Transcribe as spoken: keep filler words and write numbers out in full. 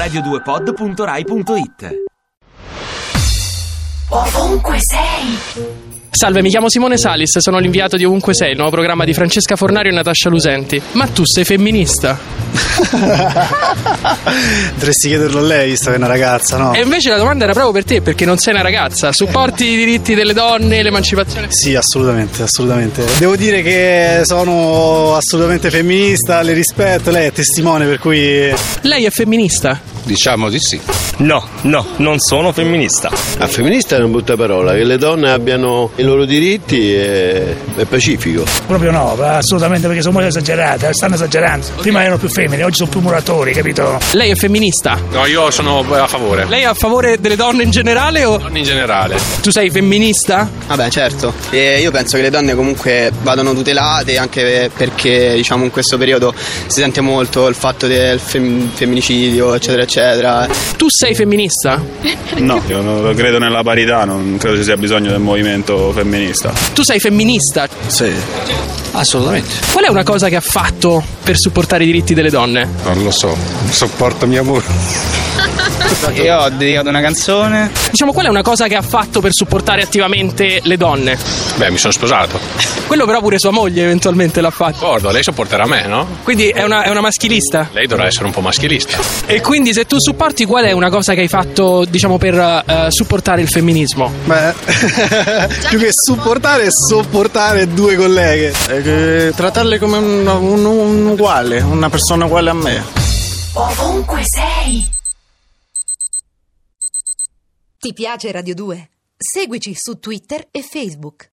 radio due pod punto rai punto it. Ovunque sei. Salve, mi chiamo Simone Salis, sono l'inviato di Ovunque Sei, il nuovo programma di Francesca Fornario e Natascia Lusenti. Ma tu sei femminista? Dovresti chiederlo a lei, visto che è una ragazza, no? E invece la domanda era proprio per te, perché non sei una ragazza. Supporti i diritti delle donne, l'emancipazione? Sì, assolutamente, assolutamente. Devo dire che sono assolutamente femminista, le rispetto, lei è testimone, per cui... Lei è femminista? Diciamo di sì. No, no, non sono femminista. A femminista è una brutta parola, che le donne abbiano i loro diritti è, è pacifico. Proprio no, assolutamente, perché sono molto esagerate, stanno esagerando. Prima erano più femmine, oggi sono più muratori, capito? Lei è femminista? No, io sono a favore. Lei è a favore delle donne in generale o? Non in generale. Tu sei femminista? Vabbè, certo. E io penso che le donne comunque vadano tutelate, anche perché diciamo in questo periodo si sente molto il fatto del fem- femminicidio, eccetera, eccetera. Tu sei femminista? No, io non credo nella parità, non credo ci sia bisogno del movimento femminista. Tu sei femminista? Sì, assolutamente. Qual è una cosa che ha fatto per supportare i diritti delle donne? Non lo so, sopporto mio amore. Io ho dedicato una canzone. Diciamo, qual è una cosa che ha fatto per supportare attivamente le donne? Beh, mi sono sposato. Quello però pure sua moglie eventualmente l'ha fatto. D'accordo, lei sopporterà me, no? Quindi è una, è una maschilista? Lei dovrà essere un po' maschilista. E quindi se tu supporti, qual è una cosa che hai fatto, diciamo, per uh, supportare il femminismo? Beh, più che supportare, sopportare due colleghe. Eh, trattarle come un, un, un uguale, una persona uguale a me. Ovunque sei. Ti piace Radio due? Seguici su Twitter e Facebook.